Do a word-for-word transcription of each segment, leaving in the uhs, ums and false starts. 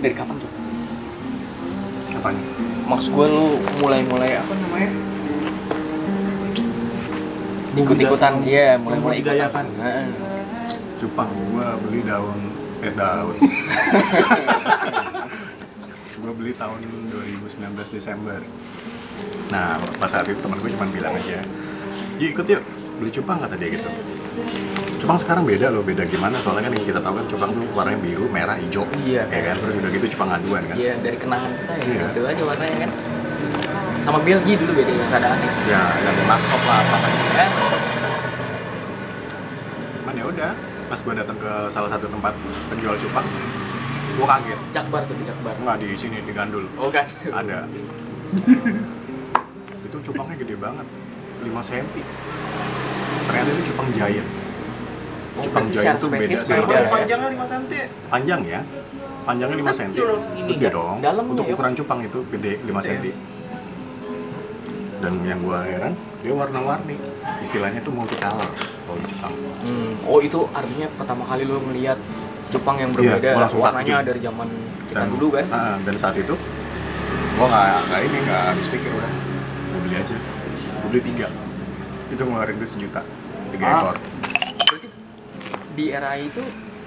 dari kapan tuh? Apanya? Maksud gue lu mulai-mulai apa namanya? Ikut-ikutan, iya, mulai-mulai ikutan kan. Heeh. Cupang, gua beli daun eh daun. Gua beli tahun dua ribu sembilan belas Desember. Nah, pas saat itu teman gue cuma bilang aja, "Yuk ikut yuk, beli cupang," kata dia gitu. Cupang sekarang beda loh, beda gimana? Soalnya kan yang kita tahu kan cupang tuh warnanya biru, merah, hijau. Iya. Ya kan? Terus udah gitu cupang aduan kan. Iya, dari kenangan kita ya. Iya. Itu aja warnanya kan. Sama Belgia dulu beda yang ada aneh. Ya, dan maskot lah apa kan. Eh, Cuman ya udah, pas gue datang ke salah satu tempat penjual cupang, gue kaget. Jakbar tuh, Jakbar. Enggak di sini di Gandul. Oh kan. Ada. Itu cupangnya gede banget, lima sentimeter. Ternyata itu cupang giant. Oh, Cupang berarti giant secara tuh beda spesies sama beda ya? Panjangnya lima sentimeter. panjang ya. Panjangnya lima sentimeter. Ini Gede kan? dong. Dalamnya Untuk ya? ukuran cupang itu gede lima sentimeter. Dan yang gua heran, dia warna-warni. Istilahnya tuh multi color kalau di cupang. Hmm. Oh, itu artinya pertama kali lu melihat cupang yang Iya, berbeda, gua langsung warnanya takjub. dari zaman kita dulu kan. ah, dan saat itu gua nggak nggak ini nggak habis pikir udah, gua beli aja. Gua beli tiga. Itu ngeluarin duit sejuta. Tiga Ah. ekor. Berarti di era itu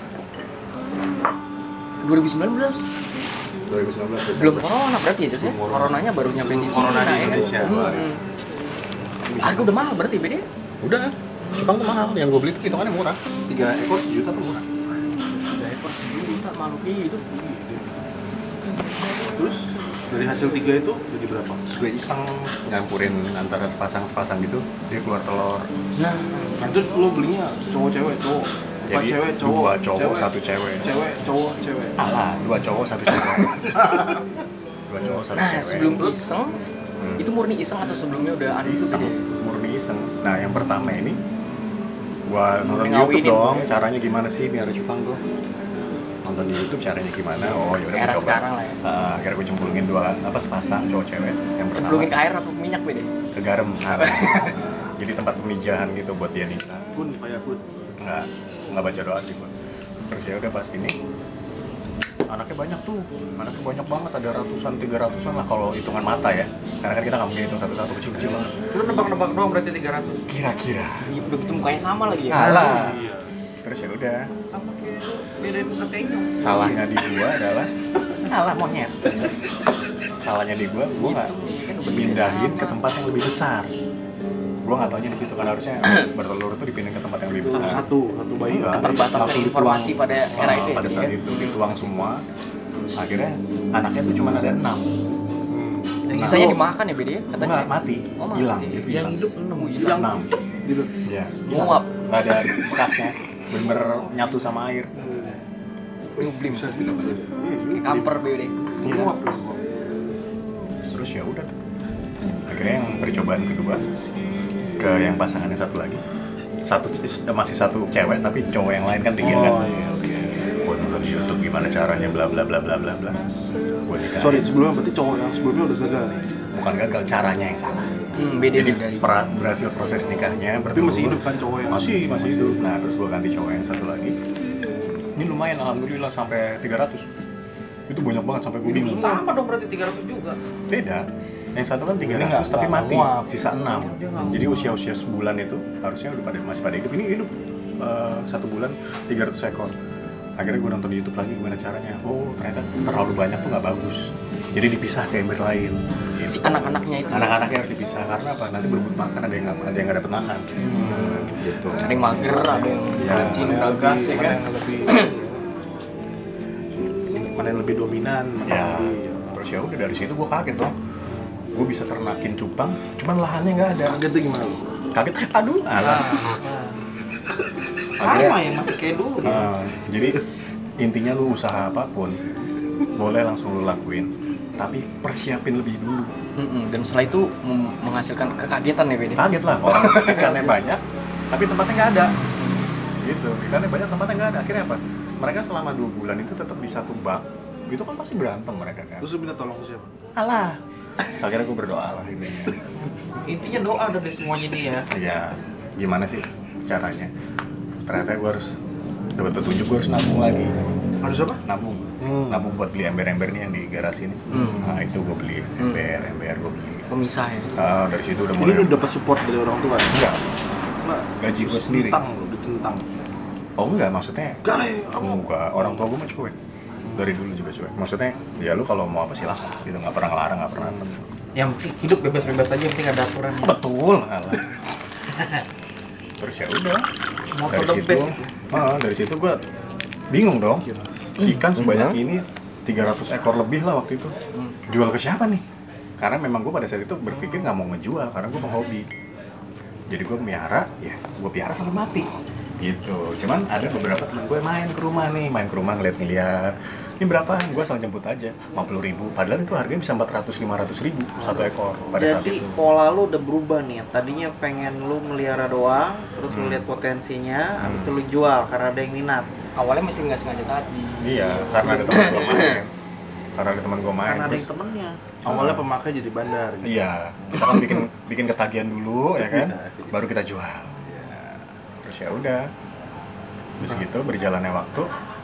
dua ribu sembilan belas dua ribu sembilan belas Desember. belum corona berarti ya, Cus ya? Coronanya baru nyampe di Corona di Cina, ya kan? Indonesia. Hmm. Harga udah mahal berarti beda. Udah, cupang tuh mahal. Yang gue beli tuh hitungannya murah. Tiga ekor sejuta tuh murah. Udah ekor sejuta malu gitu. Terus dari hasil tiga itu jadi berapa? Terus gue iseng nyampurin antara sepasang-sepasang gitu, dia keluar telur. Nah, Nah, itu lo belinya cowok cewek cowok. Apa Jadi cewek cowok? dua cowok, cewek, satu cewek. Cewek cowok cewek. Alah, dua cowok, satu cewek. Dua cowok, satu nah cewek. sebelum iseng, Hmm. itu murni iseng atau sebelumnya udah anu tuh iseng, gede? murni iseng. Nah, yang pertama ini gua nonton di Ngawinin YouTube dong, tuh ya. caranya gimana sih biar cupang tuh. Nonton di YouTube caranya gimana? Oh, ya udah Era gua coba. sekarang lah ya. Uh, akhirnya gue cemplungin dua apa sepasang cowok cewek. Yang pertama Cemplungin ke air apa minyak beda? ke garam. Nah, jadi tempat pemijahan gitu buat dia nikah. Kun kayak kun. Nggak nggak baca doa sih gua. Terus ya udah pas ini anaknya banyak tuh, anaknya banyak banget, ada ratusan, tiga ratusan lah kalau hitungan mata ya. Karena kan kita nggak mungkin hitung satu-satu, kecil-kecil banget. Lu nebak-nebak doang berarti tiga ratus. Kira-kira. Iya, udah gitu mukanya sama lagi ya. Alah. Iya. Terus ya udah. Sama kayak beda muka kayaknya. Salahnya di gua adalah alah monyet. Salahnya di gua, gua nggak Kan udah pindahin sama. ke tempat yang lebih besar. Gua nggak taunya di situ kan harusnya harus bertelur tuh dipindahin ke tempat yang lebih besar. Satu, satu bayi. Enggak. Keterbatasan Langsung informasi dituang. pada era Ah, itu ya, pada saat ya? itu dituang semua. Akhirnya anaknya tuh cuma ada enam. Yang Nah, sisanya oh. dimakan ya beda ya katanya. Enggak, mati. Oh, mati. Hilang gitu. Yang hilang. hidup enam, Oh, hilang enam. gitu. Iya. Nguap. Enggak ada bekasnya. Bener nyatu sama air. Nyublim. Kayak kamper beda. Iya. Nguap. Terus ya udah tuh. Akhirnya yang percobaan kedua ke yang pasangan yang satu lagi. Satu masih satu cewek tapi cowok yang lain kan tiga kan. Oh iya, oke. Gua nonton di YouTube gimana caranya bla bla bla bla bla bla. Gua nikahin. Sorry, sebelumnya berarti cowok yang sebelumnya udah gagal nih. Bukan gagal, caranya yang salah. Hmm, beda Jadi nih dari. pra- berhasil proses nikahnya, Tapi bertelur. masih hidup kan cowok yang Masih, masih hidup. Nah, terus gua ganti cowok yang satu lagi. Ini lumayan, alhamdulillah sampai tiga ratus. Itu banyak banget sampai gue bingung. sama dong berarti tiga ratus juga. Beda. Yang satu kan tiga Ini ratus nggak- tapi nggak mati, nguap. sisa enam. Dia nggak Jadi nguap. usia-usia sebulan itu harusnya udah pada masih pada hidup. Ini hidup eh, satu bulan tiga ratus ekor. Akhirnya gue nonton di YouTube lagi gimana caranya. Oh, ternyata terlalu banyak tuh nggak bagus. Jadi dipisah ke ember lain. Si Gitu. anak-anaknya itu. Anak-anaknya harus dipisah karena apa? Nanti berebut makan, ada yang nggak ada yang nggak dapat makan. Hmm, gitu. Ada yang mager, ada yang Ya, rajin, Mana yang bragas lebih- ya mana kan. yang lebih mana yang lebih dominan, mana Ya, yang lebih- terus ya udah dari situ gue kaget dong. Gue bisa ternakin cupang, cuman lahannya nggak ada. Kaget tuh gimana lu? Kaget, aduh, alah. Sama ya, masih kayak dulu. Nah, jadi intinya lu usaha apapun boleh langsung lu lakuin, tapi persiapin lebih dulu. Mm-mm, dan setelah itu mem- menghasilkan kekagetan ya beda. Kaget lah, orang ikannya banyak, tapi tempatnya nggak ada. Gitu, ikannya banyak, tempatnya nggak ada. Akhirnya apa? Mereka selama dua bulan itu tetap di satu bak. Itu kan pasti berantem mereka kan. Terus lu minta tolong ke siapa? Alah. Terus akhirnya gue berdoa lah intinya. Intinya doa dari semuanya dia. Ya, gimana sih caranya? Ternyata gue harus dapat petunjuk, gue harus nabung lagi. Harus apa? Nabung. Hmm. Nabung buat beli ember-ember nih yang di garasi nih. Hmm. Nah itu gue beli ember, ember gue beli. Pemisah ya. Ah, dari situ udah Ini mulai. lu dapat support dari orang tua? Enggak. Enggak. Gaji gue sendiri. Ditentang lu, ditentang. Oh enggak, maksudnya Enggak deh, kamu. enggak, orang tua gue mah cuek. Dari dulu juga cuek. Maksudnya ya lu kalau mau apa silahkan gitu, nggak pernah ngelarang, nggak pernah. Yang penting hidup bebas-bebas aja, yang penting ada aturan. Betul, alah. Terus ya udah. Moto Dari the situ, best. ah, dari situ gue bingung dong. Ikan sebanyak Hmm. ini tiga ratus ekor lebih lah waktu itu. Jual ke siapa nih? Karena memang gue pada saat itu berpikir nggak mau ngejual karena gue penghobi. Jadi gue melihara, ya gue pelihara sampai mati. Gitu. Cuman ada beberapa teman gue main ke rumah nih, main ke rumah ngeliat-ngeliat. Ini berapaan? Gue asal jemput aja, lima puluh ribu. Padahal itu harganya bisa empat ratus lima ratus ribu satu ekor pada saat Jadi itu. pola lu udah berubah nih. Tadinya pengen lu melihara doang, terus lu Hmm. lihat potensinya, habis Hmm. itu lu jual karena ada yang minat. Awalnya masih nggak sengaja tadi. Iya, karena ada teman gue main. Karena ada teman gue main. Karena ada terus- yang temennya. Awalnya pemakai jadi bandar gitu. Iya, kita kan bikin bikin ketagihan dulu ya kan, baru kita jual. Terus ya udah, terus gitu berjalannya waktu,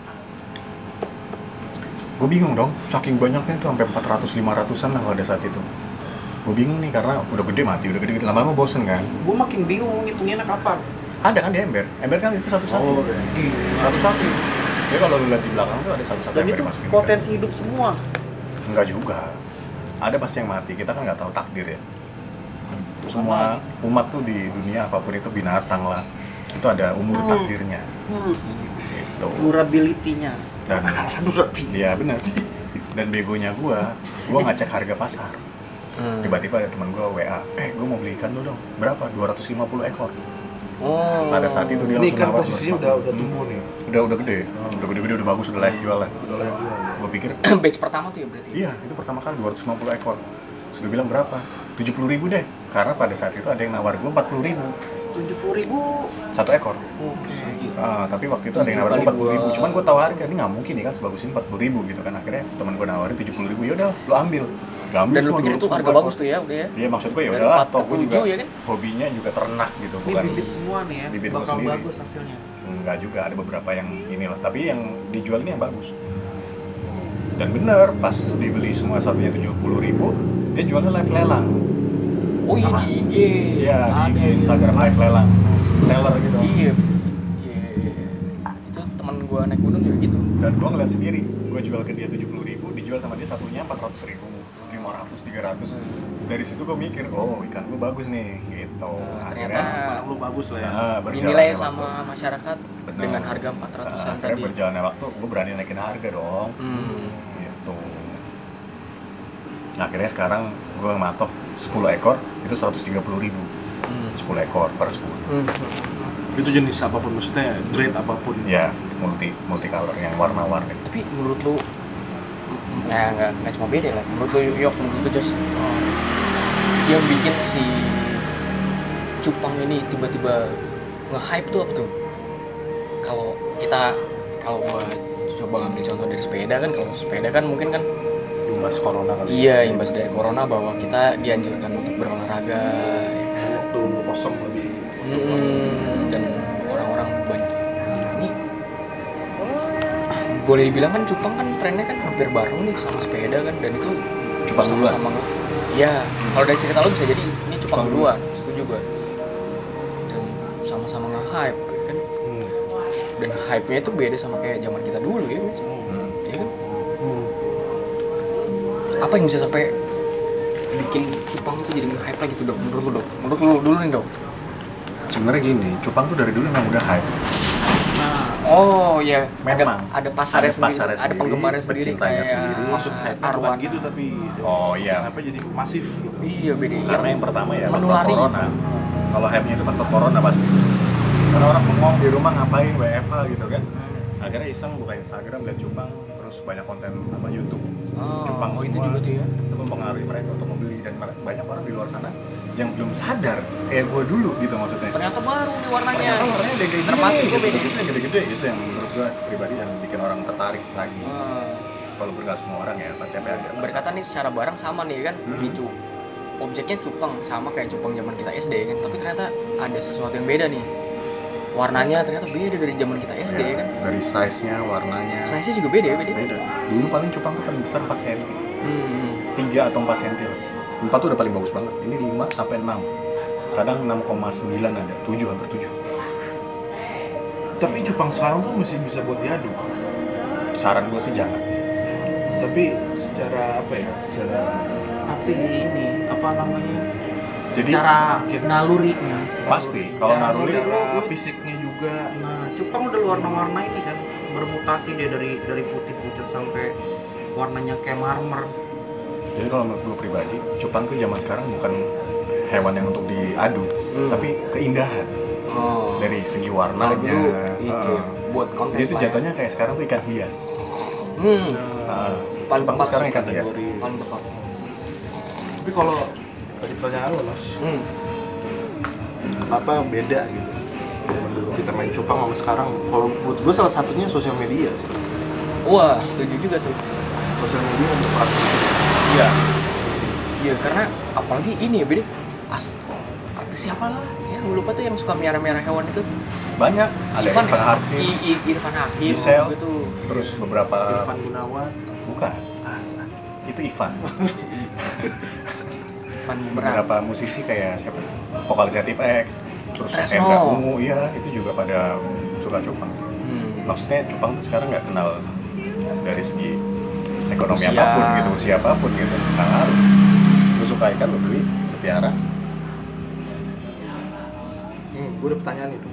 gue bingung dong, saking banyaknya tuh sampai empat ratus lima ratusan lah pada saat itu. Gue bingung nih karena udah gede mati, udah gede, lama-lama bosen kan. Gue makin bingung ngitungnya kapan. Ada kan di ember, ember kan itu satu-satu, Oh, iya. satu-satu. Jadi kalau lu lihat di belakang tuh ada satu-satu Dan ember itu dimasukin. potensi hidup semua. Enggak juga. Ada pasti yang mati, kita kan nggak tahu takdir ya. Semua umat tuh di dunia apapun itu binatang lah, itu ada umur takdirnya. Gitu. Durability-nya. Dan iya benar. Dan begonya gua, gua ngecek harga pasar. Hmm. Tiba-tiba ada teman gua W A, eh gua mau beli ikan lu dong. Berapa? dua ratus lima puluh ekor. Oh. Pada saat itu dia Ini langsung kan nawar posisinya dua ratus lima puluh. udah udah tumbuh nih. Udah udah gede, udah gede-gede, udah bagus, udah layak jual lah. Udah layak jual. Gua pikir, batch pertama tuh ya berarti. iya itu pertama kali dua ratus lima puluh ekor. Sudah bilang berapa? tujuh puluh ribu deh. Karena pada saat itu ada yang nawar gua empat puluh ribu tujuh puluh ribu. satu ekor. Segitu. Ah, tapi waktu itu ada yang Tujuh nawarin kali empat puluh ribu. dua. Cuman gue tahu harga ini nggak mungkin nih kan sebagus ini empat puluh ribu gitu kan. Akhirnya teman gue nawarin tujuh puluh ribu. Ya udah, lo ambil. Gak ambil Dan lu semua pikir itu dua ratus harga ekor. bagus tuh ya, udah ya. Iya maksud gue ya Dari udah. empat Toh ke gue juga tujuh ya kan? hobinya juga ternak gitu, Ini bukan bibit semua nih ya. Bibit gua bakal sendiri. bagus hasilnya. enggak juga. Ada beberapa yang inilah. Tapi yang dijual ini yang bagus. Dan bener pas dibeli semua satunya tujuh puluh ribu, dia jualnya live lelang. Oh iya di I G. Iya Ada di ya. Instagram live lelang. Seller gitu. Iya. Iya. Itu teman gua naik gunung juga gitu. Dan gue ngeliat sendiri, gue jual ke dia tujuh puluh ribu, dijual sama dia satunya empat ratus ribu, lima ratus, tiga ratus. Dari situ gue mikir, oh ikan gue bagus nih, gitu. Ternyata Akhirnya, Lu bagus lah ya. nah, berjalannya dinilai waktu. sama masyarakat Benar. dengan harga empat Nah, ratusan akhirnya tadi. berjalannya waktu, gue berani naikin harga dong, Hmm. gitu. Nah, akhirnya sekarang gue matok sepuluh ekor, itu seratus tiga puluh ribu. Hmm. sepuluh ekor per sepuluh. Hmm. Itu jenis apapun maksudnya grade apapun. Ya, multi multi color yang warna-warni. Tapi menurut lu, mm, ya nggak nggak cuma beda lah. Menurut lu Yok, menurut lu Jos, yang bikin si cupang ini tiba-tiba nge-hype tuh apa tuh? Kalau kita kalau gua coba ngambil contoh dari sepeda kan, kalau sepeda kan mungkin kan Imbas corona kali. iya imbas dari corona bahwa kita dianjurkan untuk berolahraga, ya kan? Waktu kosong lebih. Hmm, dan orang-orang banyak ini boleh dibilang kan cupang kan trennya kan hampir bareng nih sama sepeda kan, dan itu Cupang duluan. sama nge iya kalau dari cerita lo bisa jadi ini cupang Cupang duluan, setuju gue, dan sama-sama nge-hype kan, Hmm. dan hype-nya itu beda sama kayak zaman kita dulu ya kan, Hmm. ya kan? Hmm. Apa yang bisa sampai bikin cupang itu jadi nge-hype lagi tuh dok, menurut lo dok, menurut lo dulu nih dok? Sebenarnya gini, cupang tuh dari dulu memang udah hype. Oh iya, Memang. ada, ada pasarnya Ada sendiri, pasarnya ada sendiri, penggemarnya sendiri pecintanya kayak sendiri. Maksud hype bukan Arwana. gitu tapi Oh iya. apa jadi masif gitu. Iya beda. Karena yang pertama ya faktor menulari. corona. Kalau hype-nya itu faktor corona pasti. Karena orang bengong di rumah ngapain W F H gitu kan. Akhirnya iseng buka Instagram, lihat cupang, terus banyak konten apa YouTube. Oh, Cupang oh, itu semua. juga tuh ya. Itu mempengaruhi mereka untuk membeli, dan mere- banyak orang di luar sana yang belum sadar kayak gue dulu gitu maksudnya. Ternyata baru nih warnanya. Ternyata warnanya udah kayak Termasuk gini, gue beda. gitu, gede-gede itu yang menurut gue pribadi yang bikin orang tertarik lagi. Ah, Walaupun nggak semua orang ya, tapi ada. berkata nih secara barang sama nih kan, Hmm. ini cu objeknya cupang sama kayak cupang zaman kita S D kan, tapi ternyata ada sesuatu yang beda nih. warnanya ternyata beda dari zaman kita S D Ya, kan. dari size-nya, warnanya. Size-nya juga beda ya, beda. Beda. Dulu paling cupang tuh paling besar empat sentimeter. Hmm. tiga atau empat sentimeter. empat tuh udah paling bagus banget. Ini lima sampai enam. Kadang enam koma sembilan ada, tujuh hampir tujuh. Tapi cupang sekarang tuh masih bisa buat diadu. Saran gue sih jangan. Tapi secara apa ya? Secara Tapi ini apa namanya? Jadi Secara nalurinya. pasti kalau Secara- naruli secara fisiknya juga. Nah, cupang udah warna-warna ini kan bermutasi dia dari dari putih pucat sampai warnanya kayak marmer. jadi kalau menurut gue pribadi, cupang tuh zaman sekarang bukan hewan yang untuk diadu, Hmm. tapi keindahan Oh. dari segi Kalau warnanya. dulu itu Heeh. buat kontes Jadi itu lah ya. jatuhnya kayak sekarang tuh ikan hias. Hmm. Heeh. Paling Cupang tuh tepat sekarang sih ikan hias. kategori. Paling tepat. Tapi kalau tadi pertanyaan lo, Mas, Hmm. apa beda gitu? Zaman dulu kita main cupang sama sekarang. Kalau menurut gue salah satunya sosial media sih. Wah, setuju juga tuh. Sosial media untuk aktivitas. Iya. Iya, karena apalagi ini ya, beda. Ast artis siapa lah? Ya, gue lupa tuh yang suka miara-miara hewan itu. Banyak. Ada Irfan Hakim, I, I, Irfan Hakim Gisel. gitu. terus beberapa Irfan Gunawan. bukan. Itu Ivan. Irfan berat. Beberapa musisi kayak siapa? Vokalisnya Tip X, terus Tresno. Endra Ungu, iya itu juga pada suka cupang. Hmm. Maksudnya cupang tuh sekarang nggak kenal dari segi ekonomi Usia. apapun gitu, usia apapun gitu, nggak ngaruh. Lu suka ikan lu beli, lu piara. Hmm, gue ada pertanyaan itu.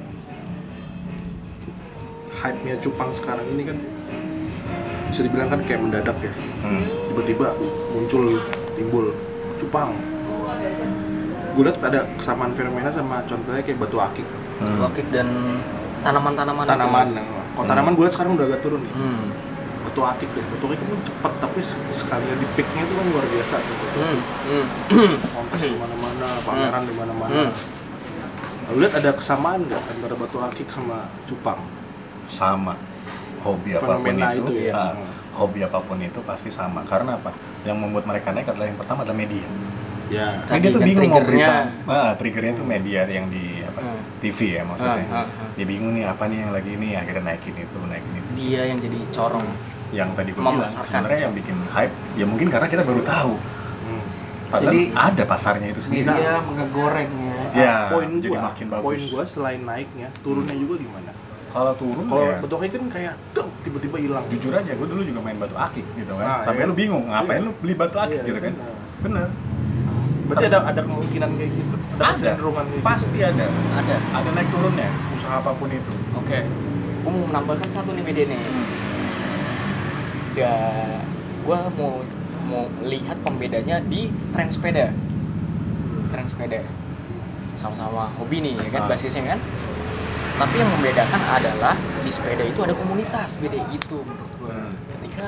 Hype-nya cupang sekarang ini kan bisa dibilang kan kayak mendadak ya. Hmm. Tiba-tiba muncul timbul cupang. Gue lihat ada kesamaan fenomena sama contohnya kayak batu akik, Hmm. Wakik dan tanaman-tanaman. itu. tanaman. Kalau tanaman gue sekarang udah agak turun nih. Hmm. Batu akik deh, batu akik kan cepet tapi sekalian di peaknya itu kan luar biasa tuh. Hmm. Hmm. Kontes di mana-mana, pameran di mana-mana. Hmm. Lu lihat ada kesamaan nggak antara batu akik sama cupang? Sama. Hobi apapun Fenomena itu, itu, ya. ah, hobi apapun itu pasti sama. Karena apa? Yang membuat mereka naik adalah yang pertama adalah media. Ya. Tadi Media tuh kan bingung mau triggernya- berita. Ah, triggernya tuh media yang di apa? Hmm. T V ya maksudnya. Ah, ah, ah. Dia bingung nih apa nih yang lagi ini, akhirnya naikin itu, naikin itu. Dia yang jadi corong. Yang tadi gue bilang Memasarkan. sebenarnya yang bikin hype ya mungkin karena kita baru tahu. Hmm. Padahal Jadi- ada pasarnya itu sendiri. Dia ngegorengnya. Ya, poin jadi gua, makin bagus. poin gua selain naiknya, turunnya juga gimana? Kalau turun Kalau ya, batu akik kan kayak tuh tiba-tiba hilang. jujur aja gue dulu juga main batu akik gitu kan. Ah, Sampai iya. lu bingung ngapain Iya. lu beli batu akik Iya, gitu kan. benar. Bener. Berarti ada ada kemungkinan kayak gitu. Ada Ada. kecenderungan kayak Pasti gitu. ada. Ada. Ada naik turunnya usaha apapun itu. Oke. Gue mau menambahkan satu nih media nih. Ya, gue mau mau lihat pembedanya di tren sepeda. Tren sepeda. Sama-sama hobi nih, ya kan, Ah. basisnya kan. Tapi yang membedakan adalah di sepeda itu ada komunitas, beda itu menurut gue. Hmm. Ketika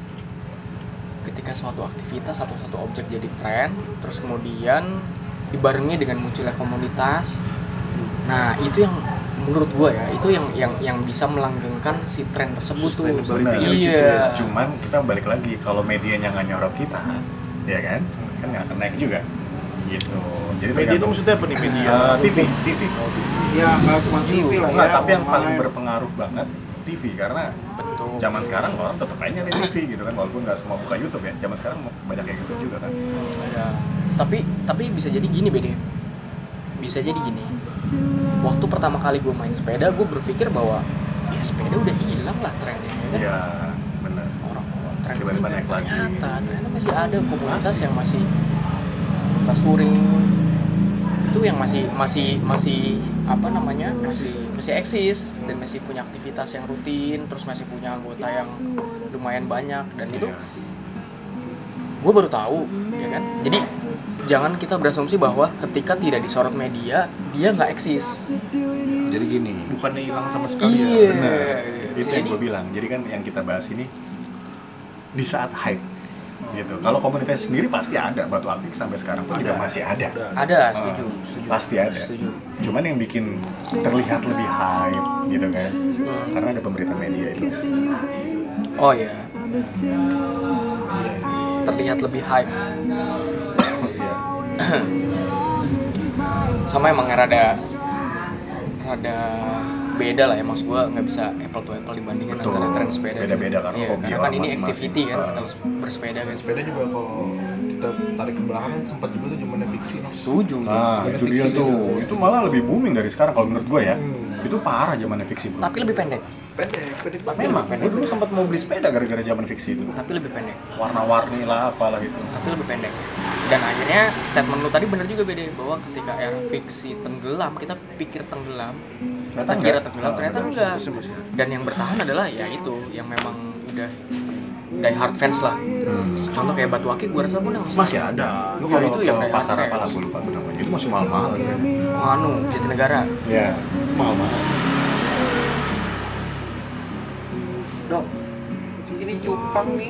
ketika suatu aktivitas atau suatu objek jadi tren, terus kemudian dibarengi dengan munculnya komunitas. Nah, itu yang menurut gue ya, itu yang yang yang bisa melanggengkan si tren tersebut tuh. Sustainability Benar. di situ Iya. Cuman kita balik lagi kalau medianya nggak nyorot kita, ya kan, kan nggak akan naik juga, gitu. Jadi Media itu tergantung. maksudnya apa nih media? Eh, T V, T V. Ya nggak cuma T V lah Nggak, ya. tapi yang paling online. berpengaruh banget T V karena Betul. zaman sekarang orang tetap aja nyari T V gitu kan, walaupun nggak semua buka YouTube ya. Zaman sekarang banyak kayak gitu juga kan. Ya. Tapi tapi bisa jadi gini Bede. Bisa jadi gini. Waktu pertama kali gue main sepeda, gue berpikir bahwa ya sepeda udah hilang lah trennya, ya kan? Iya, benar. Orang tren Tiba-tiba ini naik lagi. ternyata trennya masih ada komunitas Masih. yang masih komunitas touring itu yang masih masih masih apa namanya masih masih eksis dan masih punya aktivitas yang rutin, terus masih punya anggota yang lumayan banyak, dan itu Iya. gue baru tahu, ya kan. Jadi jangan kita berasumsi bahwa ketika tidak disorot media dia nggak eksis. Jadi gini, Bukannya hilang sama sekali Iya. ya. benar. Itu yang Jadi- gue bilang. Jadi kan yang kita bahas ini di saat hype gitu. Kalau komunitas sendiri pasti ada, batu akik sampai sekarang pun juga Ada. masih ada. Ada. Ada, Ah, setuju, setuju. pasti ada. Setuju. Cuman yang bikin terlihat lebih hype gitu kan, karena ada pemberitaan media itu. Oh ya. Terlihat lebih hype. Iya. Sama emang rada rada beda lah ya, maksud gue nggak bisa apple to apple dibandingin Betul. antara tren sepeda. Beda-beda kan, Iya, hobi karena kan orang ini masing-masing. activity kan, Ah. kalau bersepeda kan. Sepeda juga kalau kita tarik ke belakang kan sempat juga tuh zamannya fiksi no. Setuju. Nah, sepeda itu dia fiksi tuh. juga. Itu malah lebih booming dari sekarang kalau menurut gue ya. Hmm. Itu parah zamannya fiksi, bro. Tapi lebih pendek. Pendek, pendek banget. Memang, gue dulu sempat mau beli sepeda gara-gara zaman fiksi itu. Tapi lebih pendek. Warna-warni lah, apalah itu. Tapi lebih pendek. Dan akhirnya statement lu tadi bener juga beda, bahwa ketika era fiksi tenggelam, kita pikir tenggelam, Ternyata kita kira enggak. tenggelam, Ah, ternyata benar. enggak. Itu sih masih. Dan yang bertahan adalah ya itu, yang memang udah die hard fans lah. Contoh kayak Batu Akik, gua rasa pun yang Masih ada. Lu Iya, kalau itu ke yang kayak pasar apa apa ya? lah, gue lupa tuh namanya. Itu masih mahal-mahal harganya. Anu, Jatinegara. Iya, mahal-mahal. Dok, ini cupang nih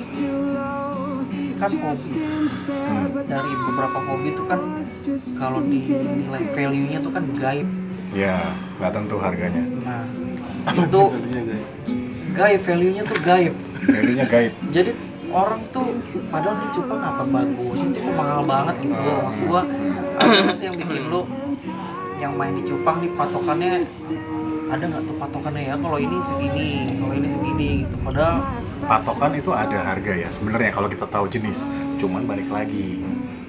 kan hobi. Dari beberapa hobi tuh kan kalau dinilai value-nya tuh kan gaib. Iya, nggak tentu harganya. Nah, itu gaib, value-nya tuh gaib. Value-nya gaib. Jadi orang tuh padahal nih cupang apa bagus, ini cupang mahal banget gitu. Maksud gua apa sih yang bikin lu yang main di cupang nih patokannya ada nggak tuh patokannya ya, kalau ini segini, kalau ini segini gitu. Padahal Patokan itu ada harga ya sebenarnya kalau kita tahu jenis. Cuman balik lagi,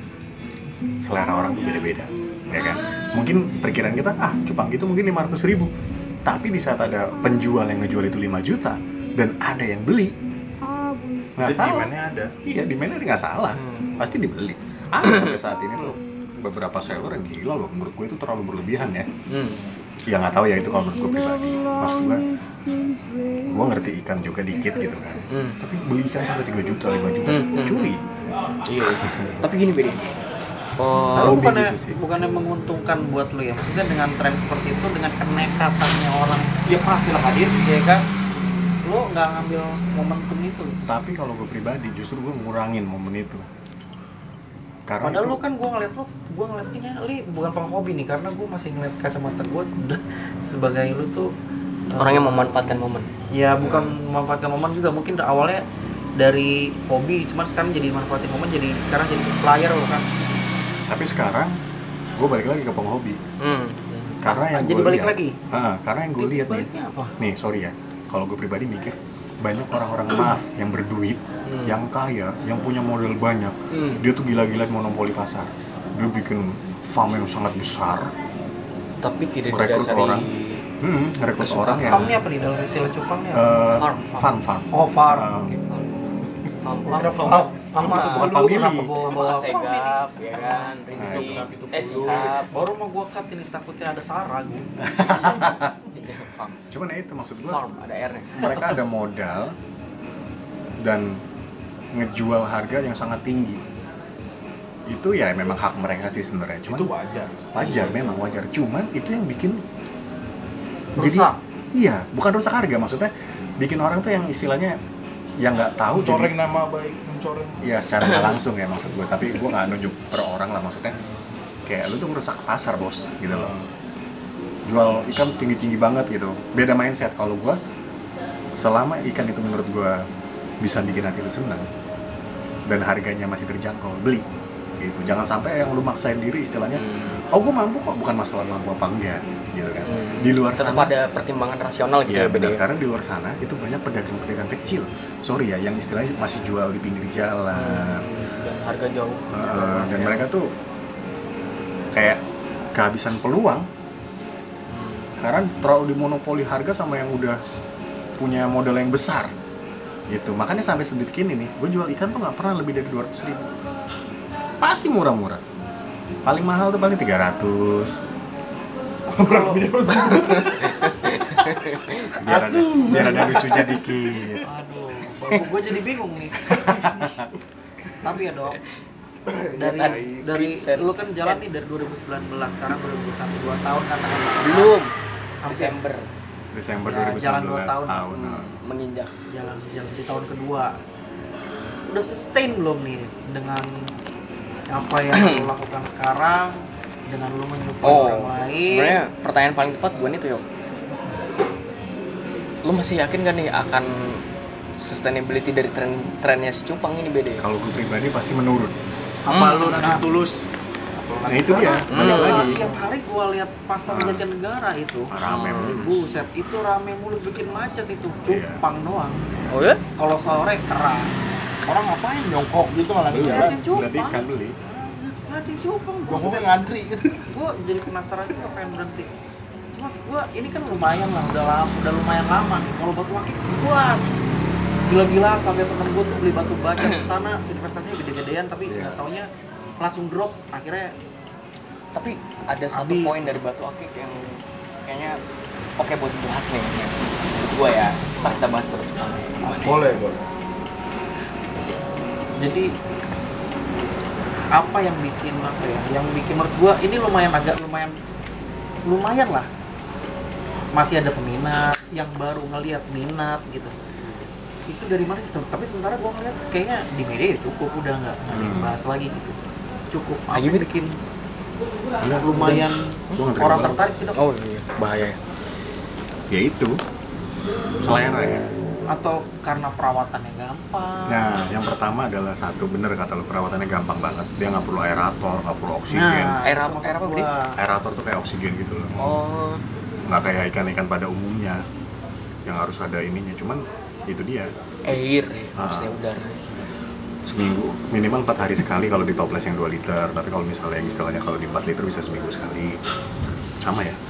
selera orang tuh beda-beda, ya kan? Mungkin perkiraan kita, ah cupang gitu mungkin lima ratus ribu. Tapi di saat ada penjual yang ngejual itu lima juta dan ada yang beli, nggak Jadi salah. demand-nya ada. Iya, demand-nya nggak salah, pasti dibeli. Ada sampai saat ini tuh beberapa seller yang gila loh, menurut gue itu terlalu berlebihan ya. Hmm. Ya nggak tahu ya, itu kalau menurut gue pribadi. Maksud gue, gue ngerti ikan juga dikit gitu kan. Hmm. Tapi beli ikan sampai tiga juta, lima juta, Hmm, hmm. curi. Iya. Tapi gini beda. Oh, Tapi hobi bukannya, gitu sih. bukannya menguntungkan buat lu ya? Maksudnya dengan tren seperti itu, dengan kenekatannya orang, ya pasti lah hadir, ya kan? Lu nggak ngambil momentum itu. Tapi kalau gue pribadi, justru gue ngurangin momen itu. Karena Padahal itu, lu kan gua ngeliat lu, gua ngeliatnya li bukan penghobi nih, karena gua masih ngeliat kacamata gua udah sebagai lu tuh eh, orang yang memanfaatkan momen. ya bukan memanfaatkan momen juga, mungkin awalnya dari hobi, cuman sekarang jadi manfaatin momen, jadi sekarang jadi supplier lo kan. tapi sekarang gue balik lagi ke penghobi. Hmm. Karena yang Jadi gue balik lihat, lagi? Ah, karena yang gue Titik lihat nih, baliknya apa? nih sorry ya, kalau gue pribadi mikir banyak orang-orang maaf yang berduit, Hmm. yang kaya, yang punya modal banyak, Hmm. dia tuh gila-gila monopoli pasar. Dia bikin farm yang sangat besar, Tapi tidak merekrut didasari orang, hmm, merekrut Kesukaan. orang yang Farm ini apa nih dalam istilah cupangnya? eh, Farm, farm, farm. Oh farm. Eh, Oke. Farm, Kira farm, farm. farm, Bukan farm, family. Kenapa bawa-bawa farm ini? Segaf, ya kan, Rinzi, eh Sihab, Baru mau gua cut ini, takutnya ada sarang. itu farm, Cuman ya itu maksud gue, farm, ada R-nya. mereka ada modal dan ngejual harga yang sangat tinggi. Itu ya memang hak mereka sih sebenarnya. Cuman Itu wajar. wajar, memang wajar. Cuman itu yang bikin Rusak. iya, bukan rusak harga, maksudnya bikin orang tuh yang istilahnya yang nggak tahu Mencoreng jadi, nama baik, mencoreng. ya secara nggak langsung ya maksud gue, tapi gue nggak nunjuk per orang lah, maksudnya kayak lu tuh merusak pasar bos gitu loh, jual ikan tinggi-tinggi banget gitu. Beda mindset. Kalau gue, selama ikan itu menurut gue bisa bikin hati lu senang dan harganya masih terjangkau, beli gitu. Jangan sampai yang lu maksain diri istilahnya, Hmm. oh gue mampu kok, bukan masalah mampu apa enggak gitu kan. Hmm. Di luar Tetap sana ada pertimbangan rasional gitu iya ya, beda benar, ya. karena di luar sana itu banyak pedagang-pedagang kecil, sorry ya, yang istilahnya masih jual di pinggir jalan. Hmm, dan harga jauh. Uh, dan mereka tuh kayak kehabisan peluang karena terlalu dimonopoli harga sama yang udah punya modal yang besar gitu. Makanya sampai sedetik ini nih, gue jual ikan tuh nggak pernah lebih dari dua ratus ribu, pasti murah-murah. Paling mahal tuh paling tiga ratus. biar ada, biar ada lucunya dikit. Aduh, babu gue jadi bingung nih. Tapi ya dok, dari Lihat, dari set. lu kan jalan nih dari dua ribu sembilan belas, sekarang dua ribu dua puluh satu, dua tahun katakanlah. Belum. Hampir. Desember. Desember Ya, dua ribu sembilan belas jalan dua tahun. tahun. Hmm, menginjak. Jalan jalan di tahun kedua. Udah sustain belum nih dengan apa yang lu lakukan sekarang, dengan lu menyupport Oh, orang lain? sebenarnya pertanyaan paling tepat bukan itu, Yo. Lu masih yakin gak nih akan sustainability dari tren trennya si cupang ini beda ya? Kalau gue pribadi pasti menurun. Apa Hmm. lu nanti tulus? Apa Nah itu dia, balik Gua lagi. tiap hari gua lihat pasar Ah. Jatinegara itu Rame banget. buset, itu rame mulut bikin macet itu. Iya. Cupang doang. Oh ya? Kalau sore kerang. Orang ngapain nyongkok gitu malah Iya. ngeliatin Berarti cupang. kan beli. Ngeliatin cupang. Gua Gua mau ngantri gitu. gua jadi penasaran juga pengen berhenti. Cuma gua ini kan lumayan lah, udah lama, udah lumayan lama nih. Kalau batu akik puas. Gila-gila sampai temen gua tuh beli batu baca di sana, investasinya gede-gedean tapi Iya. nggak taunya langsung drop. Akhirnya Tapi ada satu Habis. poin dari batu akik yang kayaknya oke buat dibahas nih. Menurut gua ya, ntar kita bahas terus. Gimana ya? Boleh, boleh. jadi apa yang bikin apa ya? Yang bikin menurut gua ini lumayan agak lumayan lumayan lah. Masih ada peminat yang baru ngelihat minat gitu. Itu dari mana sih? Tapi sementara gua ngeliat kayaknya di media ya cukup, udah nggak nggak Hmm. dibahas lagi gitu. Cukup apa Lagi, yang Bin? bikin Enggak, lumayan Gua nggak orang terima. tertarik sih dok? Oh iya, bahaya ya. Ya itu. Selera ya. Atau karena perawatannya gampang? Nah, yang pertama adalah satu, bener kata lu, perawatannya gampang banget. Dia nggak perlu aerator, nggak perlu oksigen. Nah, Air itu apa- maksud air apa, gua. Bri? Aerator tuh kayak oksigen gitu loh. Oh, Nggak kayak ikan-ikan pada umumnya yang harus ada ininya. Cuman itu dia. air ya, Ah. maksudnya udara. Seminggu minimal empat hari sekali kalau di toples yang dua liter. Tapi kalau misalnya yang istilahnya kalau di empat liter bisa seminggu sekali. Sama ya?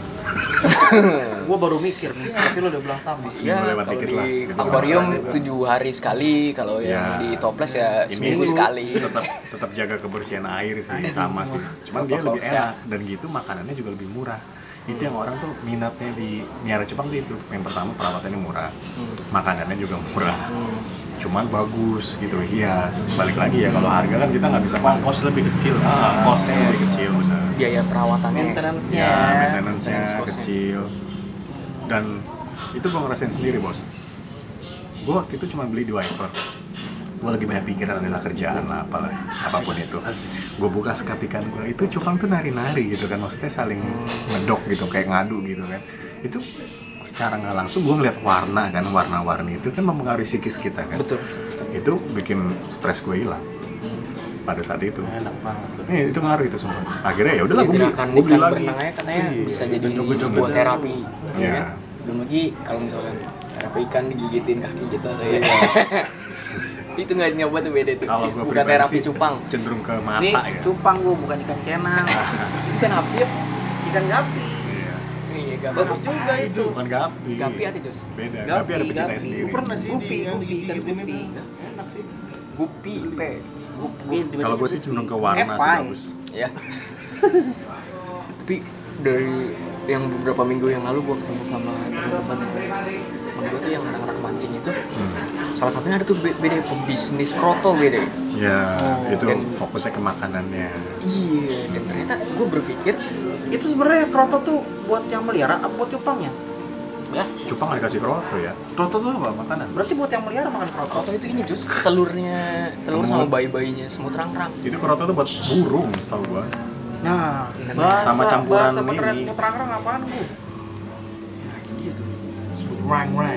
Gua baru mikir nih, tapi lo udah bilang sama. Ya, Seminggu lewat kalau dikit di lah, gitu. akuarium Gitu. tujuh hari sekali, kalau yang Ya. di toples ya Ini seminggu sekali. tetap tetap jaga kebersihan air sih, Air sama semua. sih. Cuman dia Protokol lebih enak dan gitu makanannya juga lebih murah. Itu yang orang tuh minatnya di miara cupang tuh itu. Yang pertama perawatannya murah, Hmm. makanannya juga murah. Hmm. Cuman bagus gitu, hias. Balik lagi ya kalau harga kan kita nggak bisa pakai. Kos lebih kecil. Ah, kosnya lebih kecil benar. Biaya perawatannya. Maintenance-nya. Ya, maintenance-nya Maintenance cost-nya. kecil. Dan itu gue ngerasain sendiri bos. Gue waktu itu cuma beli dua ekor. Gue lagi banyak pikiran adalah kerjaan lah, apalah, apapun itu. Gue buka sekat ikan gue, itu cupang tuh nari-nari gitu kan, maksudnya saling ngedok gitu, kayak ngadu gitu kan. Itu secara nggak langsung gue ngeliat warna kan, warna-warni itu kan mempengaruhi psikis kita kan. Betul. Itu bikin stres gue hilang pada saat itu. Enak banget. Eh, itu ngaruh itu semua. Akhirnya ya udahlah gue beli, Gerakan gue beli ikan lagi. berenangnya katanya Iya, bisa jadi joget-joget. sebuah terapi. Iya. kan? Belum lagi kalau misalkan terapi ikan digigitin kaki gitu atau ya. Itu nggak nyoba tuh beda tuh. Kalau gue Bukan terapi cupang. cenderung ke Ini mata ya. cupang gua, bukan ikan cenang. Itu kan apa sih? Ya? Ikan gapi. Iya. Iya, gapi. Bagus juga itu. Bukan gapi. Gapi ada Jos. Beda. Gapi, Gapi ada pecinta gapi. sendiri. Gue pernah sih Gupi, di yang gupi, ikan digigitin gupi. itu. Enak sih. Gupi. P. Gupi. Kalau gue sih cenderung ke warna sih Epai. bagus. Ya. Tapi dari yang beberapa minggu yang lalu gua ketemu sama teman-teman teman gua tuh yang anak-anak mancing itu, Hmm. salah satunya ada tuh be- beda pebisnis kroto beda. Ya, Oh, itu dan- fokusnya ke makanannya. Iya, dan ternyata gua berpikir Itu sebenarnya kroto tuh buat yang melihara apa buat cupangnya? ya Cupang nggak dikasih kroto ya. Kroto tuh apa? Makanan? Berarti buat yang melihara makan kroto. kroto itu ini Jus, telurnya telur Semut. sama bayi-bayinya semut rang-rang. Itu kroto tuh buat burung, setahu gua. Nah, Nah, bahasa, sama campuran bahasa beneran ini. semut rang-rang apaan bu? Nah, itu dia tuh. Rang rang.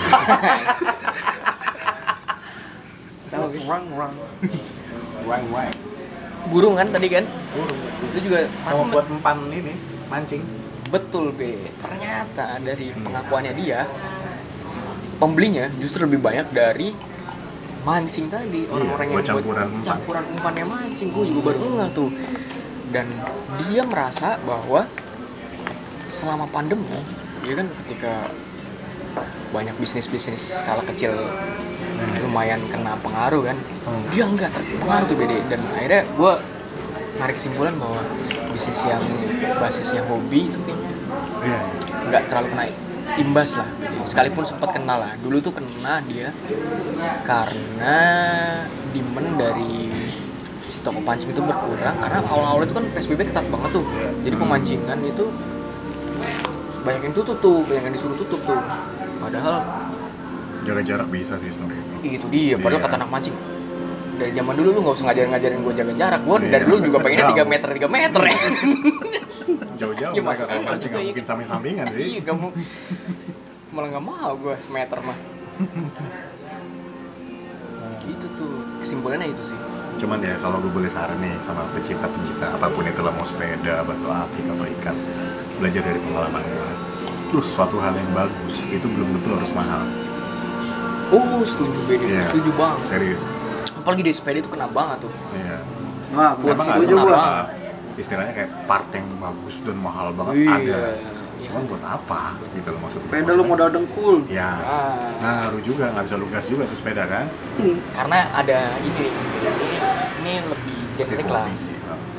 Sama Bi. Rang rang. Wang wang. Burung kan tadi kan? Burung. Itu juga Sama pasti buat empan ini, mancing. betul be. Ternyata dari pengakuannya dia, pembelinya justru lebih banyak dari mancing tadi, orang-orang buat yang campuran umpan. campuran umpannya mancing. Gue juga baru ngeh tuh. Dan dia merasa bahwa selama pandemi, dia kan ketika banyak bisnis-bisnis skala kecil lumayan kena pengaruh kan, dia nggak terpengaruh tuh beda. Dan akhirnya gue narik kesimpulan bahwa bisnis yang basisnya hobi itu kayaknya Iya. nggak terlalu kena imbas lah. Jadi, sekalipun sempat kena lah, dulu tuh kena dia karena demand dari si toko pancing itu berkurang karena awal-awal itu kan P S B B ketat banget tuh, jadi pemancingan itu banyak yang tutup tuh, banyak yang disuruh tutup tuh, padahal Jaga jarak bisa sih sebenarnya. itu dia, padahal Iya. kata anak mancing dari zaman dulu lu nggak usah ngajarin-ngajarin gue jaga jarak, gue Iya. dari dulu juga pengennya Jauh. tiga meter tiga meter ya. Jauh-jauh Ya, mereka masuk kalau akal mancing juga, nggak ya. mungkin samping-sampingan sih. Iya, kamu malah nggak mau gue semeter mah. Itu tuh kesimpulannya itu sih. Cuman ya kalau gue boleh saran nih sama pecinta-pecinta apapun itu lah, mau sepeda, batu akik atau ikan, belajar dari pengalaman gue. Terus suatu hal yang bagus itu belum tentu harus mahal. Oh, setuju Bede, Iya. setuju banget. Serius. Apalagi di sepeda itu kena banget tuh. Iya. Wah, Buat Emang setuju ada gua. apa? Istilahnya kayak part yang bagus dan mahal banget Iya. ada. Iya. Cuman buat apa? Gitu loh maksudnya. sepeda lu modal dengkul. Ya. Ah. Ngaruh juga, nggak bisa lu gas juga tuh sepeda kan? Karena ada ini, ini, ini lebih generik lah. Kompetisi.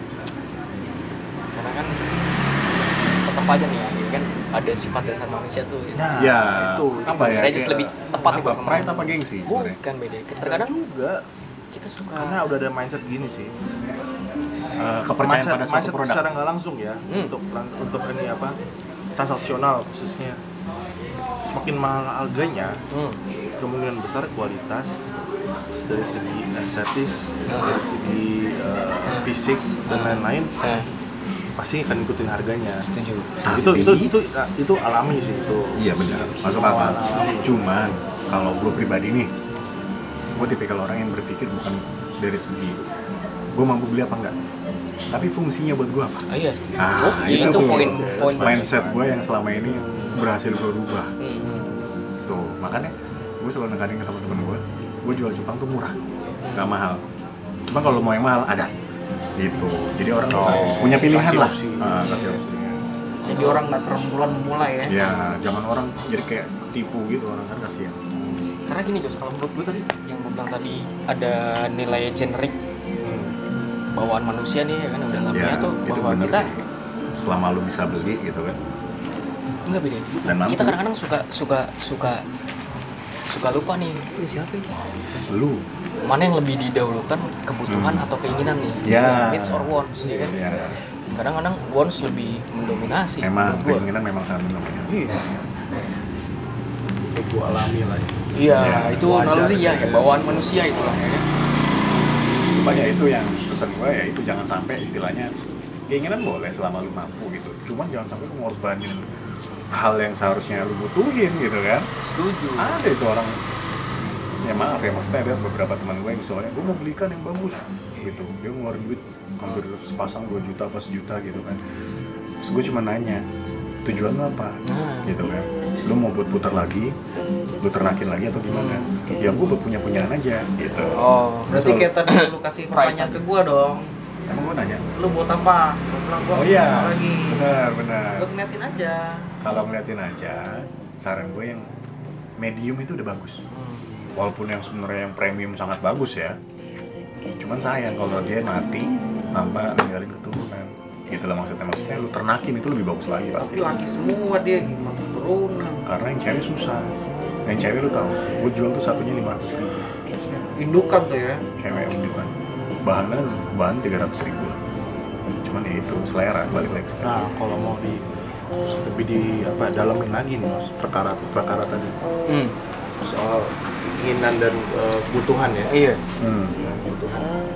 Karena kan tetap aja nih ya, ya kan ada sifat dasar manusia tuh. Ya. Nah, Ya, itu, apa ya? Regis kayak lebih tepat nih apa, buat ngomong. pride apa gengsi sebenarnya? Bukan Bede. Terkadang juga kita suka. karena udah ada mindset gini sih. Eh, kepercayaan mindset, pada suatu mindset produk. secara nggak langsung ya Hmm. untuk untuk ini apa transaksional khususnya. Semakin mahal harganya, Hmm. kemungkinan besar kualitas dari segi estetis, dari segi uh, fisik dan lain-lain Eh, pasti akan ikutin harganya. setuju. Tapi- Itu itu itu itu alami sih itu. Iya benar, masuk Semua akal. alami. Cuman kalau gue pribadi nih, gue tipikal orang yang berpikir bukan dari segi gue mampu beli apa enggak, tapi fungsinya buat gue apa. Oh iya. Ah, Oh, iya, itu tuh poin poin mindset gue yang selama ini berhasil gue rubah. Hmm, hmm. Tuh, makanya gue selalu nekanin ke teman-teman gue, gue jual cupang tuh murah, nggak mahal. Cuma kalau mau yang mahal ada, gitu. Jadi orang Oh, punya pilihan kasih lah. opsi. Ah, kasih opsi. Jadi orang nggak serem bulan memulai ya. Ya, jangan orang jadi kayak tipu gitu, orang kan kasihan. Karena gini Jos, kalau menurut gue tadi yang gue bilang tadi ada nilai generik bawaan manusia nih ya kan udah dalamnya Ya, tuh itu bahwa bener kita sih. Selama lu bisa beli gitu kan. enggak beda. Dan mampu. Kita kadang-kadang suka suka suka suka lupa nih. Siapa ini? Lu. Mana yang lebih didahulukan kebutuhan Hmm. atau keinginan nih? Ya. Needs or wants ya kan? Ya, Kadang-kadang wants lebih mendominasi. memang menurut gua. keinginan memang sangat mendominasi. Iya. Itu gua alami lah. Iya, Ya, itu wajar naluri ya, ya. ya, bawaan manusia itulah ya kan. Cuma ya itu yang pesan gue ya itu jangan sampai istilahnya keinginan boleh selama lu mampu gitu. Cuman jangan sampai lu ngorbanin hal yang seharusnya lu butuhin gitu kan. Setuju. Ada itu orang, ya maaf ya maksudnya ada beberapa teman gue yang soalnya gue mau belikan yang bagus gitu, dia ngeluarin duit hampir sepasang dua juta apa sejuta gitu kan. Terus gue cuma nanya tujuan lu apa Nah. gitu kan, lu mau buat putar lagi, lu ternakin lagi atau gimana? Ya gue buat punya punyaan aja gitu. Oh, Berarti Selalu- kayak tadi lu kasih pertanyaan ke gua dong. Emang gue nanya? Lu buat apa? Gua bilang gua Oh iya, mau lagi. benar benar. Gua ngeliatin aja. Kalau ngeliatin aja, saran gue yang medium itu udah bagus. Walaupun yang sebenarnya yang premium sangat bagus ya. Cuman sayang kalau dia mati tanpa ninggalin keturunan. Gitu lah maksudnya. Maksudnya lu ternakin itu lebih bagus lagi pasti. Tapi laki semua dia gimana turunan. Karena yang cewek susah. Yang cewek lu tahu, gue jual tuh satunya lima ratus ribu. Indukan tuh ya. Cewek undikan. Bahannya bahan tiga ratus ribu lah. Cuman ya itu selera balik lagi. Nah, kalau mau di lebih di apa dalamin lagi nih Mas, perkara perkara tadi hmm. soal keinginan dan eh, kebutuhan ya. Iya. Hmm. Ya, kebutuhan.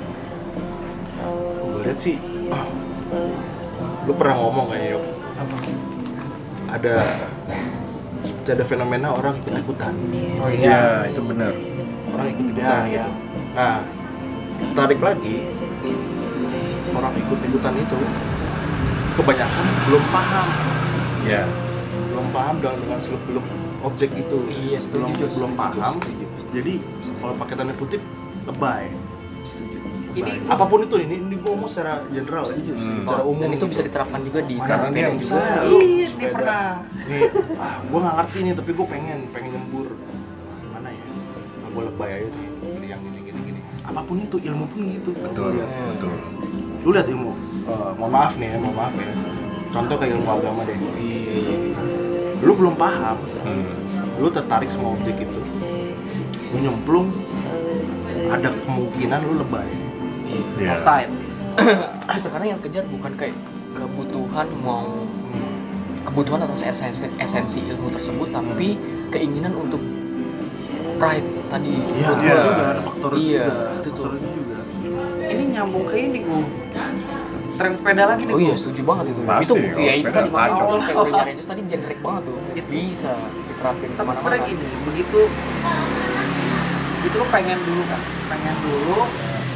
Gue lihat sih, lu pernah ngomong kayak Yok, ada ada fenomena orang ikut-ikutan. Oh Iya, itu benar. Orang ikut-ikutan Ya, gitu. ya. Nah, tarik lagi, orang ikut-ikutan itu kebanyakan belum paham, Ya. belum paham dengan dengan seluk beluk objek itu, Iya, setuju, belum Jos. belum Setuju, paham. setuju. Jadi kalau pakai tanda kutip lebay. Setuju. Ini Apapun itu ini, ini gue ngomong secara general ya, Hmm. secara umum. Dan itu bisa gitu. diterapkan juga di Karena sepeda dia juga. bisa. Lu Iya, sepeda. dia pernah. Nih, ah, gue nggak ngerti nih, tapi gue pengen pengen nyembur. Gimana ya? Nah, gue lebay aja nih, gini yang gini gini gini. Apapun itu, ilmu pun gitu. Betul, Iya. betul. Lu lihat ilmu. Eh, mohon maaf nih ya, mohon maaf ya. Contoh kayak ilmu agama deh. Iya. Lu belum paham, Hmm. lu tertarik sama objek itu, lu nyemplung, ada kemungkinan lu lebay. Iya. Iya. offside. Itu karena yang kejar bukan kayak kebutuhan mau kebutuhan atas esensi, esensi ilmu tersebut, tapi keinginan untuk pride tadi. Iya, Menurut iya. gua. juga ada faktor Iya, juga, itu tuh. faktor itu juga. Ini nyambung ke ini gua. Tren sepeda lagi nih Oh iya, gua. setuju banget itu. Pasti, itu kalau ya itu sepeda tadi makanya kacau. awal kayak udah nyari itu tadi generik banget tuh. Itu. Bisa diterapin Tapi kemana-mana. sebenarnya gini, begitu itu lu pengen dulu kan, pengen dulu,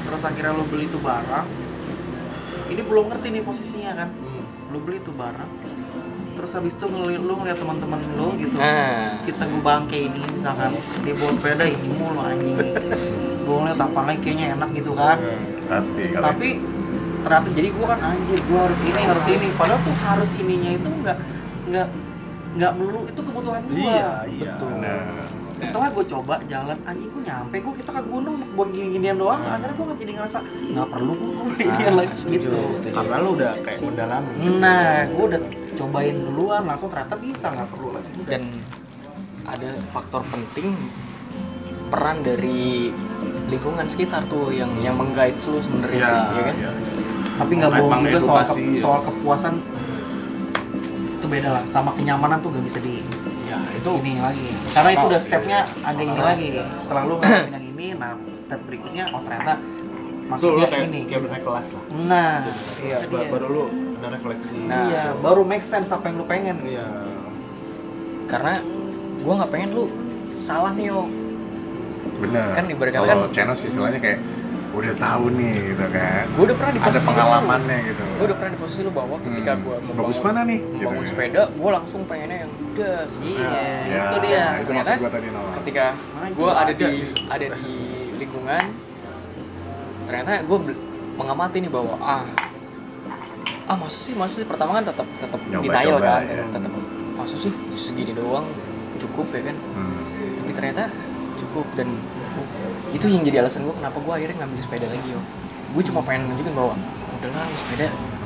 terus akhirnya lu beli tuh barang, ini belum ngerti nih posisinya kan, Hmm. lu beli tuh barang, terus habis itu ngeliat lu ngeliat teman-teman lu gitu, Nah. si Teguh Bangke ini misalkan dia bawa sepeda ini mulu anjing, gue ngeliat tampangnya kayaknya enak gitu kan, Pasti kalau tapi ternyata jadi gue kan anjir gue harus ini harus ini, padahal tuh harus ininya itu nggak nggak nggak melulu itu kebutuhan gue. Iya, iya. Betul. Nah, Setelah gue coba jalan anjing gue nyampe gue kita ke gunung buat gini-ginian doang, akhirnya gue jadi ngerasa nggak perlu gue ginian lagi setuju, gitu. setuju. Karena lu udah kayak mendalami. Nah gue udah cobain duluan langsung ternyata bisa nggak perlu lagi. Dan ada faktor penting peran dari lingkungan sekitar tuh yang yang mengguide lu sebenarnya iya, sih, ya kan? iya. Tapi nggak bohong Emang juga soal edukasi, ke- ya. soal kepuasan itu beda lah sama kenyamanan tuh gak bisa di Ya, itu ini lagi karena itu Oh, udah stepnya ada ini Oh. lagi setelah lu ngelakuin yang ini nah step berikutnya oh ternyata Tuh, lu maksudnya kayak, ini kayak naik kelas lah. nah Iya. itu Ba- dia. Baru lu ada refleksi. Nah. iya baru make sense apa yang lu pengen. Iya. Karena gua nggak pengen lu salah nih yo. Bener. Kan ibarat kata kalau kan- channel istilahnya kayak udah tahu nih gitu kan. Gue udah pernah di Ada posisi pengalamannya gitu. Gue udah pernah di posisi lu bahwa ketika Hmm. gue Bagus mana nih? membangun Gitu. sepeda, gue langsung pengennya yang das. Iya Ya, itu dia Itu Ternyata maksud gua tadi Nol. Ketika Makanya gue gua ada ada di sih. ada di lingkungan, ternyata gue mengamati nih bahwa ah ah masa sih masa sih pertama kan tetap tetap Nyoba-coba, denial kan, ya. tetap masa sih segini doang cukup ya kan. Hmm. Tapi ternyata cukup dan itu yang jadi alasan gue kenapa gue akhirnya ngambil sepeda lagi yo. Gue cuma pengen nunjukin bahwa udahlah sepeda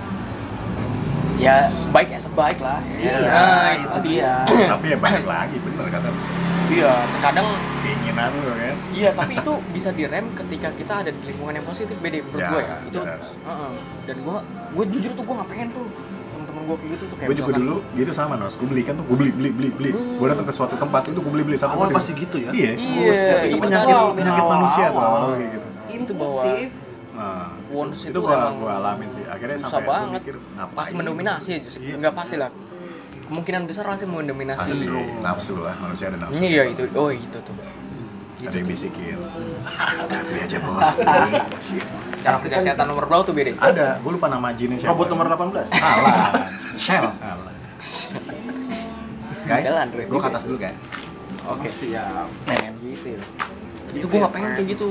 ya baik as baik lah ya. iya Nah, itu tadi. dia Tapi ya balik lagi bener kata lu. Iya terkadang Keinginan lu kan. iya tapi itu bisa direm ketika kita ada di lingkungan yang positif beda menurut Ya, gue ya itu benar. Heeh. Dan gue gue jujur tuh gue nggak pengen tuh teman-teman gue kayak gitu tuh kayak Gue juga misalkan- dulu gitu sama Nos. Gue beli kan tuh gue beli beli beli beli. Hmm. Gue datang ke suatu tempat itu gue beli beli sama Awal gua pasti gitu ya? Iya. Iya, Itu itu penyakit tadi. penyakit manusia tuh Awal-awal. awal kayak gitu. itu bahwa impulsif Nah, Wons itu itu gua emang gua alamin sih. Akhirnya susah sampai gua banget. mikir ngapain. Pasti mendominasi, Iya. nggak pasti lah. Kemungkinan besar pasti mendominasi. Pasti nafsu lah, manusia ada nafsu. Iya itu, oh itu tuh. Ada yang bisikin. Udah beli aja bos. beli. Cara aplikasi kesehatan nomor berapa tuh beda? Ada, gue lupa nama jinnya siapa. Robot nomor delapan belas. Alah, Shell. Alah. Guys, Shell Android gue ke juga. atas dulu guys. Oke. Siap. Pengen gitu ya. Itu gue nggak pengen kayak gitu.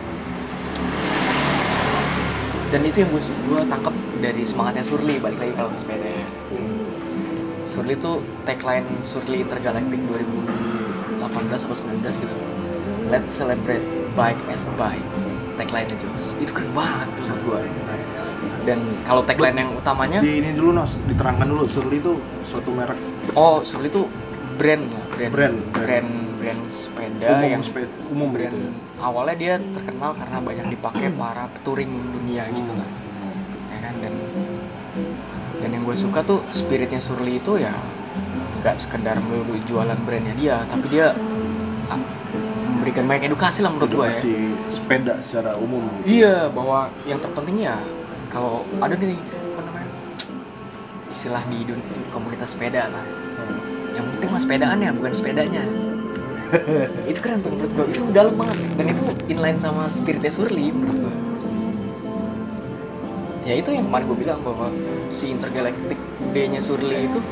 Dan itu yang gue gue tangkap dari semangatnya Surly, balik lagi kalau ke sepeda. Surly tuh tagline Surly Intergalactic dua ribu delapan belas atau sembilan belas gitu. Let's celebrate bike as a bike. Tagline-nya Jos. Itu keren banget tuh menurut gue. Dan kalau tagline yang utamanya, Di ini dulu Nos, diterangkan dulu Surly itu suatu merek oh Surly itu brand ya, brand, Brand, brand, brand sepeda umum yang sepeda umum brand gitu. awalnya dia terkenal karena banyak dipakai para touring dunia gitu lah, ya kan. Dan dan yang gue suka tuh spiritnya Surly itu ya nggak sekedar melulu jualan brandnya dia, tapi dia ah, memberikan banyak edukasi lah menurut gue ya. Edukasi sepeda secara umum. Iya, bahwa yang terpenting ya kalau ada nih apa namanya istilah di dunia komunitas sepeda lah, yang penting mah sepedaannya bukan sepedanya. Itu keren tuh menurut gue, itu dalam banget dan itu inline sama spiritnya Surly menurut gue. Ya itu yang kemarin gue bilang bahwa si Intergalactic D-nya Surly itu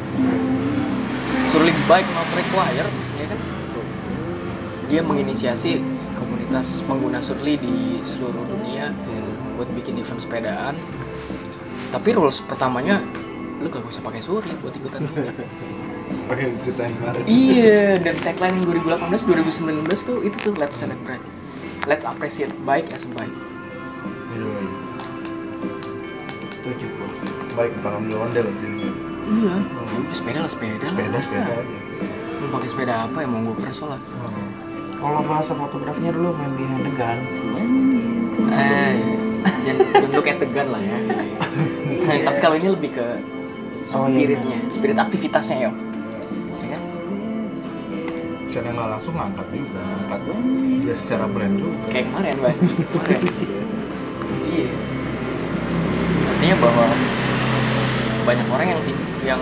Surly Bike Not Required, ya kan? Dia menginisiasi komunitas pengguna Surly di seluruh dunia buat bikin event sepedaan. Tapi rules pertamanya lu gak usah pakai Surly buat ikutan dunia. Pakai cerita yang kemarin. Iya, dan tagline yang dua ribu delapan belas dua ribu sembilan belas tuh itu tuh let's celebrate, let's appreciate bike as a bike. Iya, iya. Setuju kok. Baik para ondel-ondel gitu. Iya, ya udah sepeda lah sepeda. lah. Sepeda sepeda Ya. aja. Lu pakai sepeda apa ya mau gue perso lah. kalau bahasa fotografinya dulu main behind the gun Eh, jangan bentuk kayak tegan lah ya. Nah, tapi kalau ini lebih ke Oh, iya, spiritnya, spirit aktivitasnya yo. Ya kan? Secara nggak langsung ngangkat juga, ngangkat dia secara brand juga. Kayak kemarin bahas kemarin. Iya. Artinya bahwa banyak orang yang yang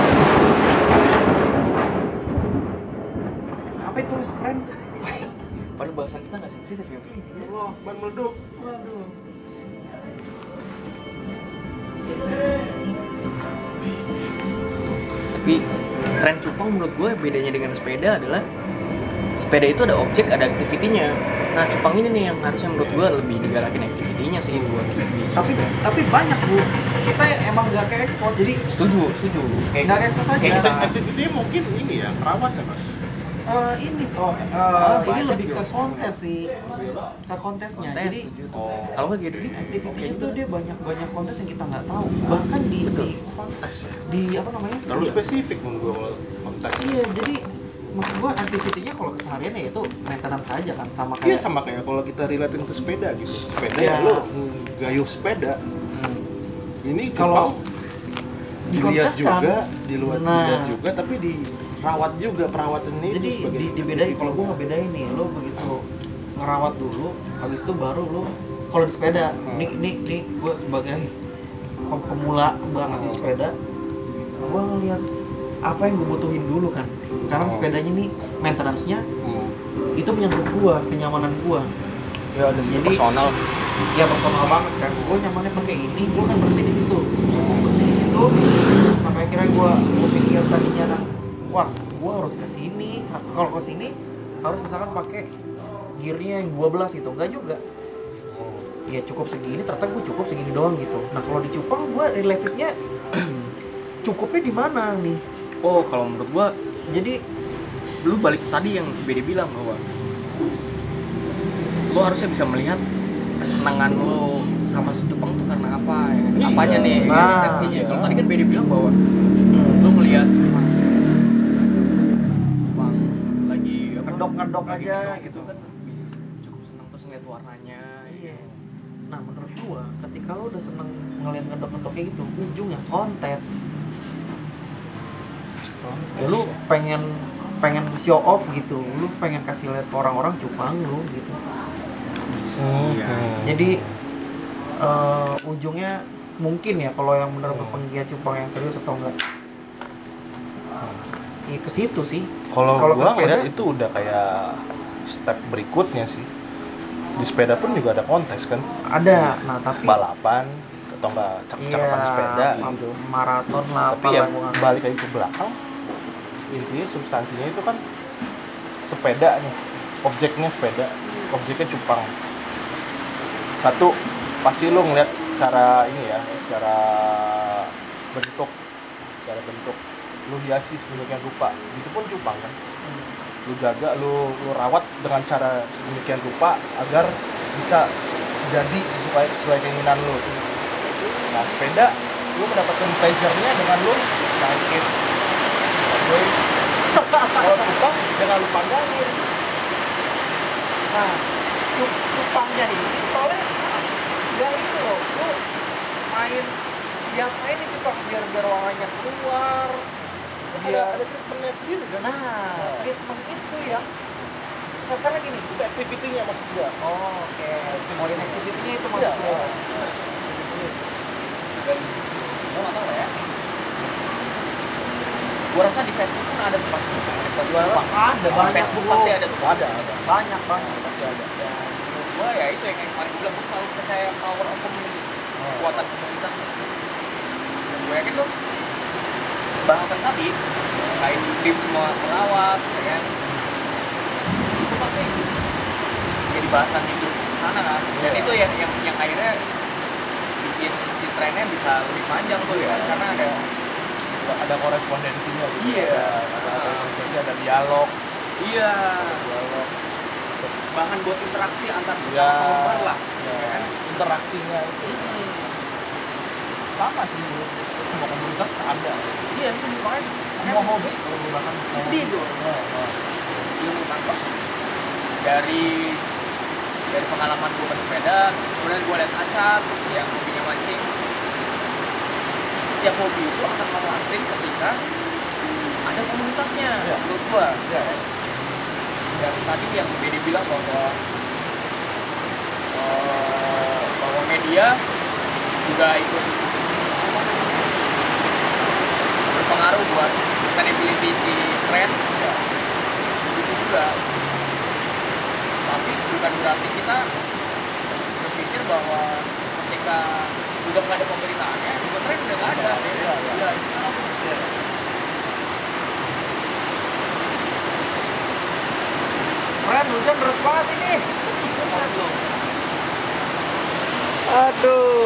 apa itu friend Padahal bahasan kita nggak sensitif ya. Wah, ban meleduk. Waduh. Tapi tren cupang menurut gue bedanya dengan sepeda adalah sepeda itu ada objek, ada aktivitinya. Nah cupang ini nih yang harusnya menurut gue lebih digalakin aktivitinya sih buat lebih. Tapi tapi banyak bu. Kita emang nggak kayak ekspor, jadi Setuju, setuju. nggak kayak ekspor saja. kayak kita- Aktivitinya mungkin ini ya, perawat ya mas. Eh, ini oh, eh, Ah, ini banyak lebih ke juga. kontes sih, ke kontesnya. Kontes, Jadi setuju tuh. Oh. Kalau nggak gitu nih, activity oke. itu dia banyak banyak kontes yang kita nggak tahu. Bahkan di Betul. di, Kontes ya. di apa namanya? Terlalu spesifik menurut gua kalau kontes. Iya, jadi maksud gua activity-nya kalau keseharian ya itu maintenance aja kan, sama Iya kayak sama kayak kalau kita relatein ke sepeda gitu. Sepeda Iya. ya lo gayuh sepeda. Hmm. Ini Kalau Jepang dilihat dikonteskan. juga, di luar Nah. dilihat juga, tapi dirawat juga perawatannya itu Jadi sebagai di, dibedain, kalau gua ngebedain nih, lo begitu ngerawat dulu, habis itu baru lo kalau di sepeda, Hmm. nih nih nih gua sebagai pem- pemula banget di sepeda, gua ngeliat apa yang gue butuhin dulu kan. Sekarang Oh. sepedanya nih maintenance-nya Hmm. itu menyangkut gua, kenyamanan gua. Ya ada Jadi- personal. Ya personal banget kan. Gua nyamannya pakai ini, gua kan berhenti di situ. Berhenti di situ sampai akhirnya gua gua pikir tadinya kan, wah, gua harus ke sini. Kalau ke sini harus misalkan pakai gearnya yang dua belas gitu. Enggak juga. Ya cukup segini, ternyata gua cukup segini doang gitu. Nah, kalau di Cupang gua relatifnya cukupnya di mana nih? Oh kalau menurut gua, Jadi lu balik ke tadi yang Bede bilang bahwa lu harusnya bisa melihat kesenangan lu sama si cupang tuh karena apa ya kan? Iya. Apanya nih Nah, esensinya. iya. Kalau tadi kan Bede bilang bahwa lu melihat cupang cupang lagi apa, Ngedok-ngedok lagi aja ngedok gitu. kan cukup senang terus ngeliat warnanya. Iya. Nah, menurut gua ketika lo udah seneng ngeliat ngedok-ngedok kayak gitu, ujungnya kontes. Ya, lu pengen pengen show off gitu, lu pengen kasih lihat ke orang-orang cupang lu gitu. Iya. Jadi eh, ujungnya mungkin ya kalau yang benar-benar penggiat cupang yang serius atau enggak, ya ke situ sih. Kalau Kalau gua ke sepeda- ngeliat itu udah kayak step berikutnya sih. Di sepeda pun juga ada kontes kan, Ada, nah tapi balapan atau enggak cakep-cakepan iya, sepeda ma- gitu. maraton lah, Tapi apalah, yang gua nggak- balik lagi ke belakang, intinya substansinya itu kan sepeda nih, objeknya sepeda, objeknya cupang. Satu, pasti lo ngeliat secara ini ya, secara bentuk, secara bentuk, lo hiasi sedemikian rupa, itu pun cupang kan. Lu jaga, lu, lu rawat dengan cara sedemikian rupa agar bisa jadi sesuai sesuai keinginan lu. Nah, sepeda lu mendapatkan pleasure-nya dengan lu naikin. Oke. Kalau cupang jangan lu panjangin. Nah, cup- cupangnya nih, soalnya ya itu loh, lu main diapain nih cupang biar biar warnanya keluar, Ada, biar ada treatment-nya sendiri kan. nah treatment itu ya. Nah, karena gini, Itu activity-nya maksud gua. oh oke, modern activity-nya itu Iya. maksudnya. Dan gua nggak tahu ya. Gua rasa di Facebook pun ada tuh pasti. Gua Ada banyak, Facebook Bu. pasti ada tuh. Ada, ada. Banyak banget. Pasti ada. Dan menurut gua ya itu yang kayak kemarin gua bilang, gua selalu percaya power of community, kekuatan komunitas. Dan gua yakin tuh bahasan tadi kain tim semua merawat, ya kan? Itu pasti jadi bahasan hidup di sana kan. Dan itu yang yang yang akhirnya bikin si trennya bisa lebih panjang tuh ya, karena ada Ada korespondensinya gitu. Iya. Ada, ada korespondensi, ada dialog. iya Dialog. bahan buat interaksi antar Ya. sesama penggemar lah, Ya, ya kan? interaksinya itu Hmm. sama sih menurut semua komunitas ada. Iya itu makanya Semua hobi kalau gue bahkan Itu itu. Nah, nah. ilmu tangkap dari dari pengalaman gue bersepeda, kemudian gue lihat Acat yang hobinya mancing. Setiap hobi itu akan melatih ketika ada komunitasnya, Iya. menurut gue. Ya, Dan tadi yang Bedi bilang bahwa eh, bahwa media juga ikut apa namanya, berpengaruh buat sustainability si tren, ya begitu juga. berarti kita berpikir bahwa ketika udah nggak ada pemerintahannya, juga tren udah nggak ada. Iya, iya. Iya, iya. Keren, hujan deras banget ini. Belum. Aduh.